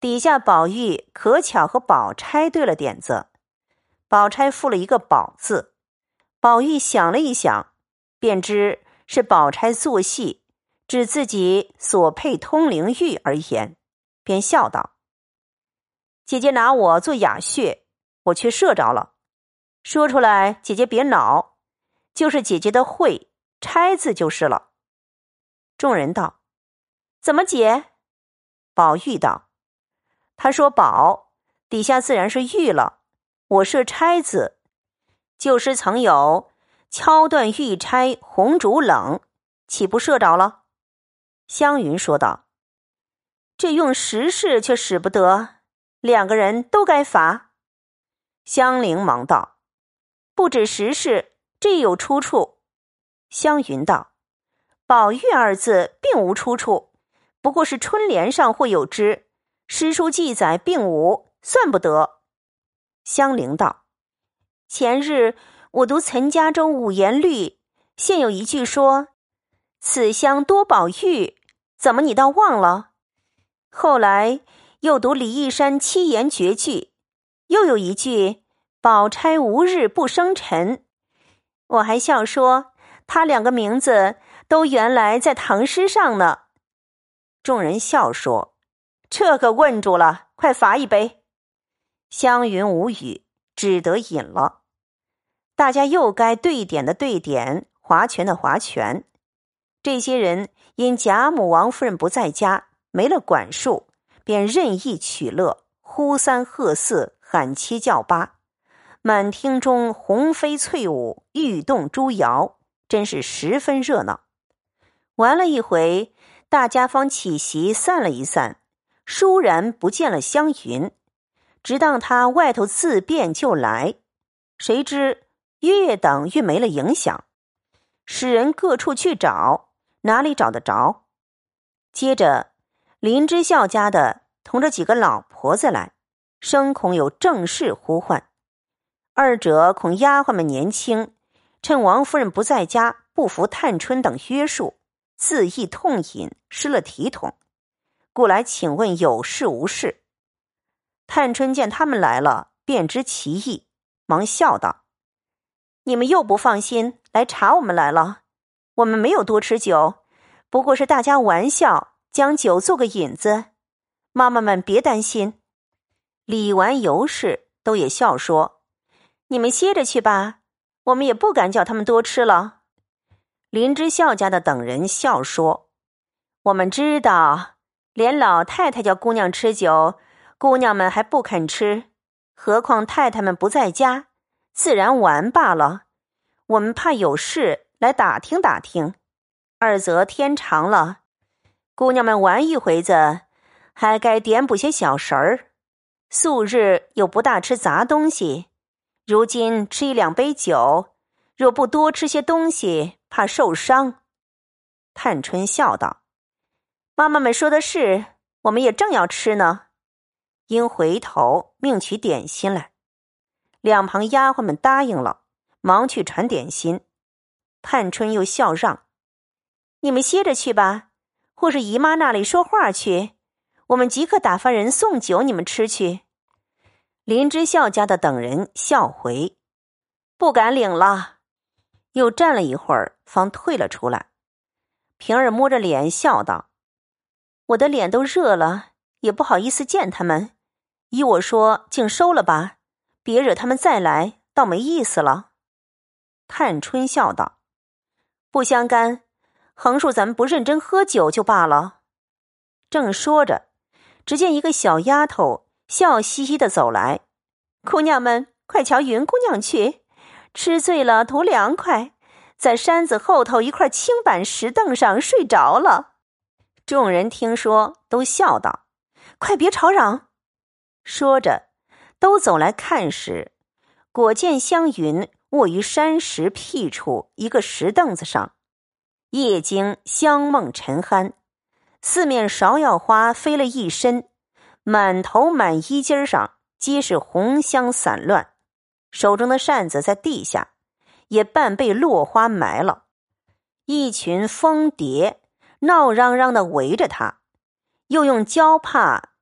底下宝玉可巧和宝钗对了点子，宝钗附了一个宝字，宝玉想了一想，便知是宝钗作戏，指自己所配通灵玉而言，便笑道：姐姐拿我做哑穴，我却射着了。说出来姐姐别恼，就是姐姐的慧，钗字就是了。众人道：怎么解？宝玉道：他说宝，底下自然是玉了，我射钗字。旧诗曾有敲断玉钗红烛冷，岂不射着了？湘云说道：这用实事却使不得，两个人都该罚。香菱忙道：不止实事，这有出处。湘云道：宝玉二字并无出处，不过是春联上会有之，诗书记载并无，算不得。香菱道：前日我读岑家洲五言律，现有一句说此乡多宝玉，怎么你倒忘了？后来又读李义山七言绝句，又有一句宝钗无日不生尘，我还笑说他两个名字都原来在唐诗上呢。众人笑说：这个问住了，快罚一杯。湘云无语，只得饮了。大家又该对点的对点，划拳的划拳。这些人因贾母王夫人不在家，没了管束，便任意取乐，呼三喝四，喊七叫八，满厅中红飞翠舞，玉动珠摇，真是十分热闹。玩了一回，大家方起席散了一散，倏然不见了湘云，直当他外头自便就来，谁知越等越没了影响，使人各处去找，哪里找得着？接着林之孝家的同着几个老婆子来，生恐有正事呼唤，二者恐丫鬟们年轻，趁王夫人不在家，不服探春等约束，自意痛饮，失了体统，故来请问有事无事。探春见他们来了，便知其意，忙笑道：你们又不放心来查我们来了，我们没有多吃酒，不过是大家玩笑，将酒做个引子，妈妈们别担心。理完尤氏都也笑说：你们歇着去吧，我们也不敢叫他们多吃了。林之孝家的等人笑说：我们知道，连老太太叫姑娘吃酒，姑娘们还不肯吃，何况太太们不在家，自然玩罢了。我们怕有事来打听打听，二则天长了，姑娘们玩一回子，还该点补些小食儿。素日又不大吃杂东西，如今吃一两杯酒，若不多吃些东西，怕受伤。探春笑道：妈妈们说的是，我们也正要吃呢。因回头命取点心来，两旁丫鬟们答应了，忙去传点心。探春又笑让：你们歇着去吧，或是姨妈那里说话去，我们即刻打发人送酒你们吃去。林之孝家的等人笑回：不敢领了。又站了一会儿，方退了出来。平儿摸着脸笑道：我的脸都热了，也不好意思见他们，依我说竟收了吧，别惹他们再来，倒没意思了。探春笑道：不相干，横竖咱们不认真喝酒就罢了。正说着，只见一个小丫头笑嘻嘻地走来：姑娘们快瞧云姑娘去，吃醉了图凉快，在山子后头一块青板石凳上睡着了。众人听说都笑道：快别吵嚷。说着都走来看时，果见湘云卧于山石僻处一个石凳子上，夜经香梦沉酣，四面芍药花飞了一身，满头满衣襟上皆是红香散乱，手中的扇子在地下也半被落花埋了。一群蜂蝶闹嚷嚷地围着他，又用胶帕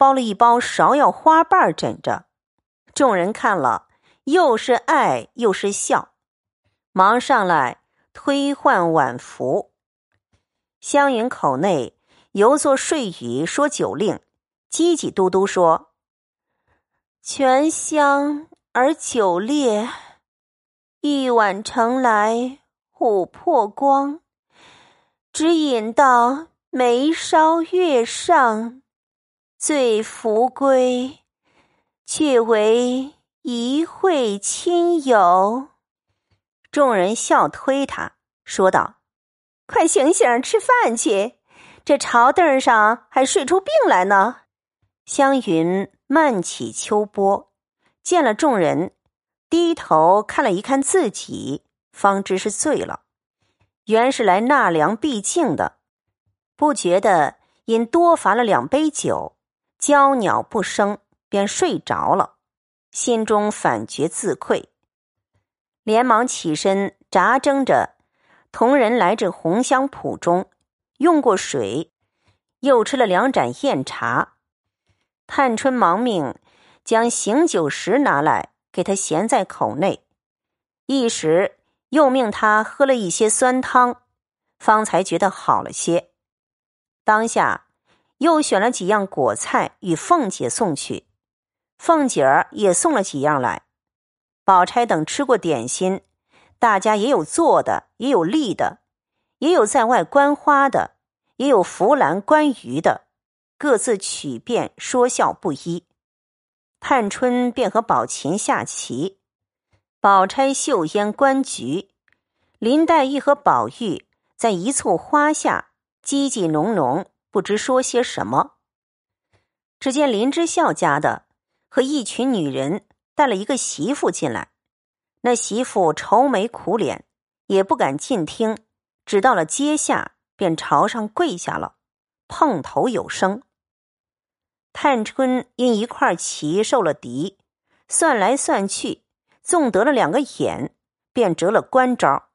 包了一包芍药花瓣枕着。众人看了，又是爱又是笑，忙上来推换碗服。湘云口内犹作睡语说酒令，叽叽嘟嘟说：泉香而酒冽，一碗盛来琥珀光，只饮到眉梢月上，醉扶归，却为一会亲友。众人笑推他，说道：快醒醒，吃饭去，这朝凳上还睡出病来呢。湘云慢起秋波，见了众人，低头看了一看自己，方知是醉了，原是来纳凉避静的，不觉得因多罚了2杯酒，娇鸟不生，便睡着了，心中反觉自愧，连忙起身扎睁着，同人来至红香圃中，用过水，又吃了2盏酽茶。探春忙命将醒酒石拿来，给他衔在口内，一时又命他喝了一些酸汤，方才觉得好了些。当下又选了几样果菜与凤姐送去，凤姐儿也送了几样来。宝钗等吃过点心，大家也有坐的，也有立的，也有在外观花的，也有扶栏观鱼的，各自曲辩说笑不一。探春便和宝琴下棋，宝钗绣烟观菊，林黛玉和宝玉在一簇花下叽叽哝哝，不知说些什么。只见林之孝家的和一群女人带了一个媳妇进来，那媳妇愁眉苦脸，也不敢进厅，只到了阶下便朝上跪下了，碰头有声。探春因一块棋受了敌，算来算去，纵得了2个眼，便折了关招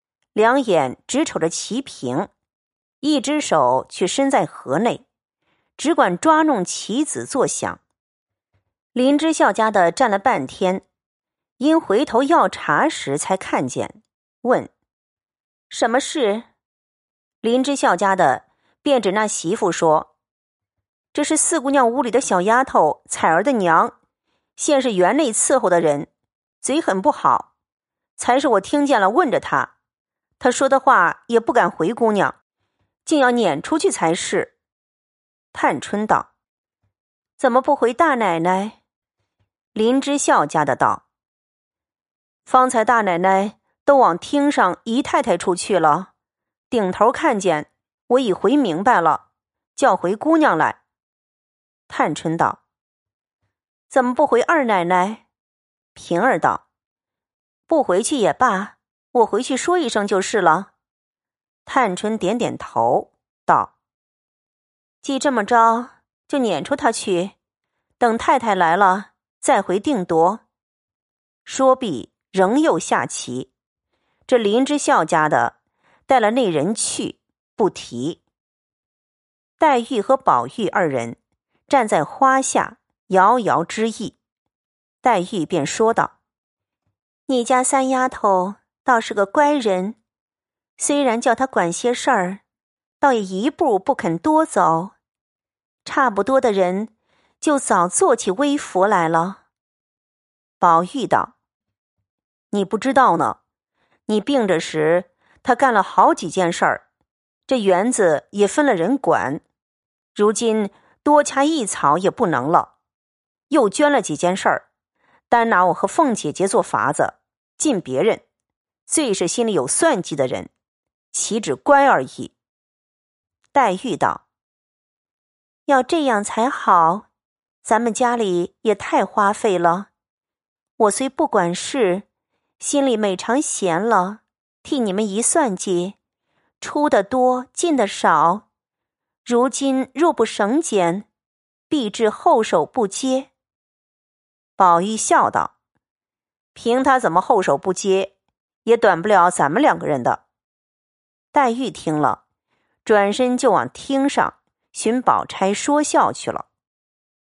，2眼只瞅着棋屏，一只手却伸在盒内，只管抓弄棋子作响。林之孝家的站了半天，因回头要茶时才看见，问什么事。林之孝家的便指那媳妇说：这是4姑娘屋里的小丫头彩儿的娘，现是园内伺候的人，嘴很不好，才是我听见了问着她，她说的话也不敢回姑娘，竟要撵出去才是。探春道：怎么不回大奶奶？林之孝家的道：方才大奶奶都往厅上姨太太处去了，顶头看见，我已回明白了，叫回姑娘来。探春道：怎么不回二奶奶？平儿道：不回去也罢，我回去说一声就是了。探春点点头道：既这么着，就撵出他去，等太太来了再回定夺。说毕仍又下棋，这林之孝家的带了那人去，不提。黛玉和宝玉2人站在花下，遥遥之意。黛玉便说道：你家3丫头倒是个乖人，虽然叫她管些事儿，倒也一步不肯多走，差不多的人就早做起微服来了。宝玉道：你不知道呢，你病着时她干了好几件事儿，这园子也分了人管，如今多掐一草也不能了，又捐了几件事儿，单拿我和凤姐姐做法子，尽别人，最是心里有算计的人，岂止乖而已。黛玉道：要这样才好，咱们家里也太花费了，我虽不管事，心里每常闲了，替你们一算计，出的多进的少，如今若不省俭，必致后手不接。宝玉笑道：凭他怎么后手不接，也短不了咱们2个人的。黛玉听了，转身就往厅上寻宝钗说笑去了。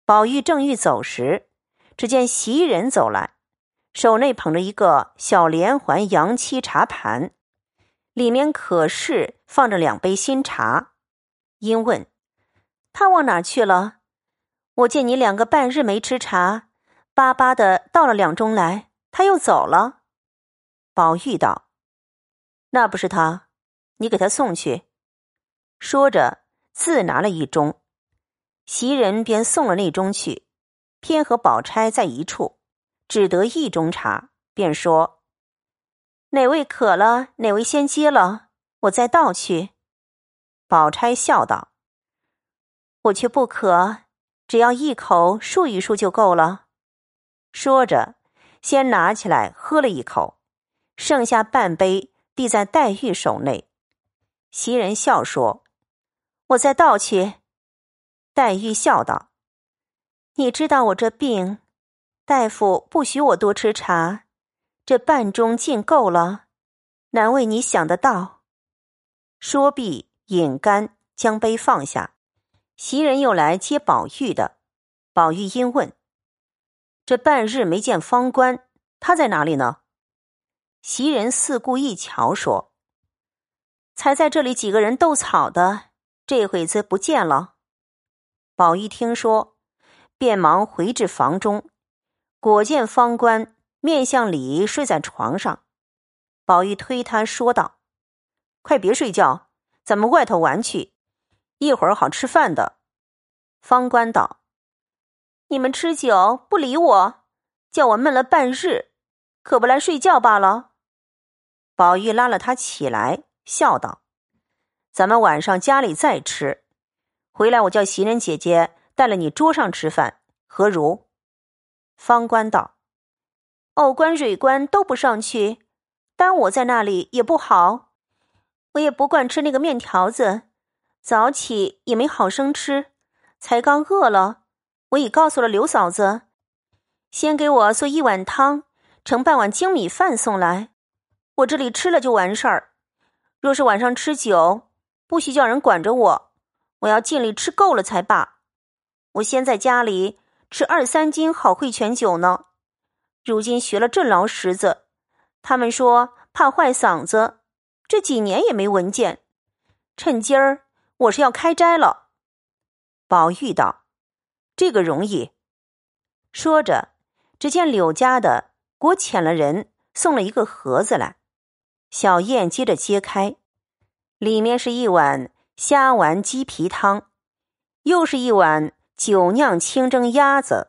宝玉正欲走时，只见袭人走来，手内捧着一个小连环洋漆茶盘，里面可是放着2杯新茶。因问：他往哪去了？我见你2个半日没吃茶，巴巴的到了2盅来，他又走了。宝玉道：那不是他，你给他送去。说着自拿了1盅，袭人便送了那盅去，偏和宝钗在一处，只得1盅茶，便说：哪位渴了，哪位先接了，我再倒去。宝钗笑道：我却不渴，只要1口漱一漱就够了。说着先拿起来喝了1口，剩下半杯递在黛玉手内。袭人笑说：我再倒去。黛玉笑道：你知道我这病，大夫不许我多吃茶，这半盅尽够了，难为你想得到。说毕饮干，将杯放下。袭人又来接宝玉的，宝玉因问：这半日没见方官，他在哪里呢？袭人四顾一瞧说：才在这里几个人斗草的，这会子不见了。宝玉听说，便忙回至房中，果见方官面向里睡在床上。宝玉推他说道：快别睡觉，咱们外头玩去，一会儿好吃饭的。方官道：你们吃酒不理我，叫我闷了半日，可不来睡觉罢了。宝玉拉了他起来，笑道：咱们晚上家里再吃，回来我叫袭人姐姐带了你桌上吃饭，何如？方官道：藕官蕊官都不上去，单我在那里也不好，我也不惯吃那个面条子，早起也没好生吃，才刚饿了，我已告诉了刘嫂子，先给我做1碗汤，盛半碗精米饭送来，我这里吃了就完事儿。若是晚上吃酒，不许叫人管着我，我要尽力吃够了才罢。我先在家里吃2、3斤好汇泉酒呢，如今学了这劳什子，他们说怕坏嗓子，这几年也没闻见。趁今儿我是要开斋了。宝玉道：这个容易。说着，只见柳家的果遣了人送了一个盒子来，小燕接着揭开，里面是1碗虾丸鸡皮汤，又是1碗酒酿清蒸鸭子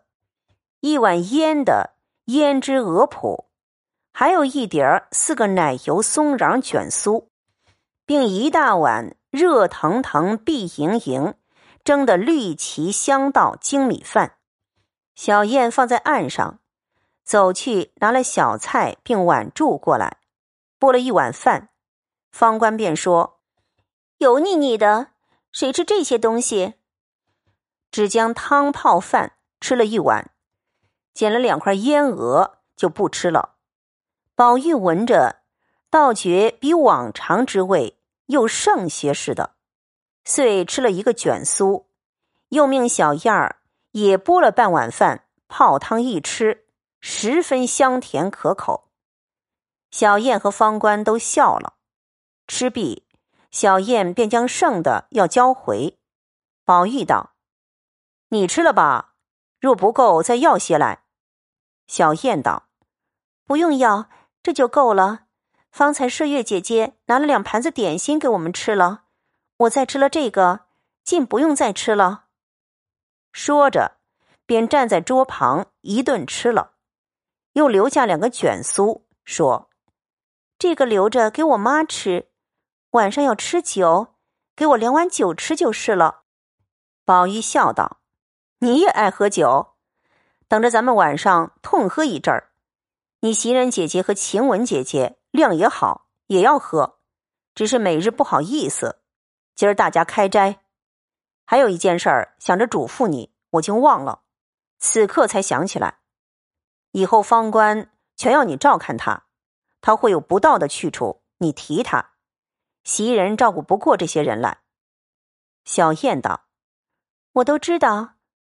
，1碗腌的胭脂鹅脯，还有1碟4个奶油松瓤卷酥，并1大碗热腾腾碧莹莹蒸的绿旗香稻精米饭。小燕放在案上，走去拿了小菜并碗箸过来，拨了1碗饭。方官便说：油腻腻的，谁吃这些东西？只将汤泡饭吃了1碗，捡了2块腌鹅就不吃了。宝玉闻着，倒觉比往常之味又剩些似的，遂吃了1个卷酥，又命小燕儿也拨了半碗饭泡汤一吃，十分香甜可口。小燕和方官都笑了。吃毕，小燕便将剩的要交回。宝玉道：你吃了吧，若不够再要些来。小燕道：不用要，这就够了。方才麝月姐姐拿了2盘子点心给我们吃了，我再吃了这个，竟不用再吃了。说着便站在桌旁一顿吃了，又留下2个卷酥，说：这个留着给我妈吃，晚上要吃酒，给我2碗酒吃就是了。宝玉笑道：你也爱喝酒，等着咱们晚上痛喝一阵儿。你袭人姐姐和晴雯姐姐量也好，也要喝，只是每日不好意思。今儿大家开斋，还有一件事儿想着嘱咐你，我竟忘了，此刻才想起来。以后方官全要你照看他，他会有不到的去处，你提他。袭人照顾不过这些人来。小燕道：我都知道，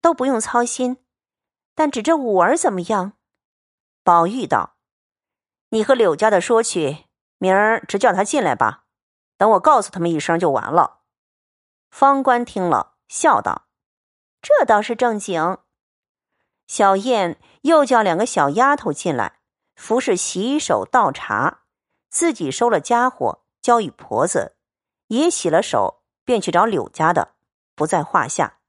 都不用操心。但指着五儿怎么样？”宝玉道：“你和柳家的说去，明儿直叫他进来吧，等我告诉他们一声就完了。”方官听了，笑道：“这倒是正经。”小燕又叫2个小丫头进来，服侍洗手倒茶，自己收了家伙交与婆子，也洗了手，便去找柳家的，不在话下。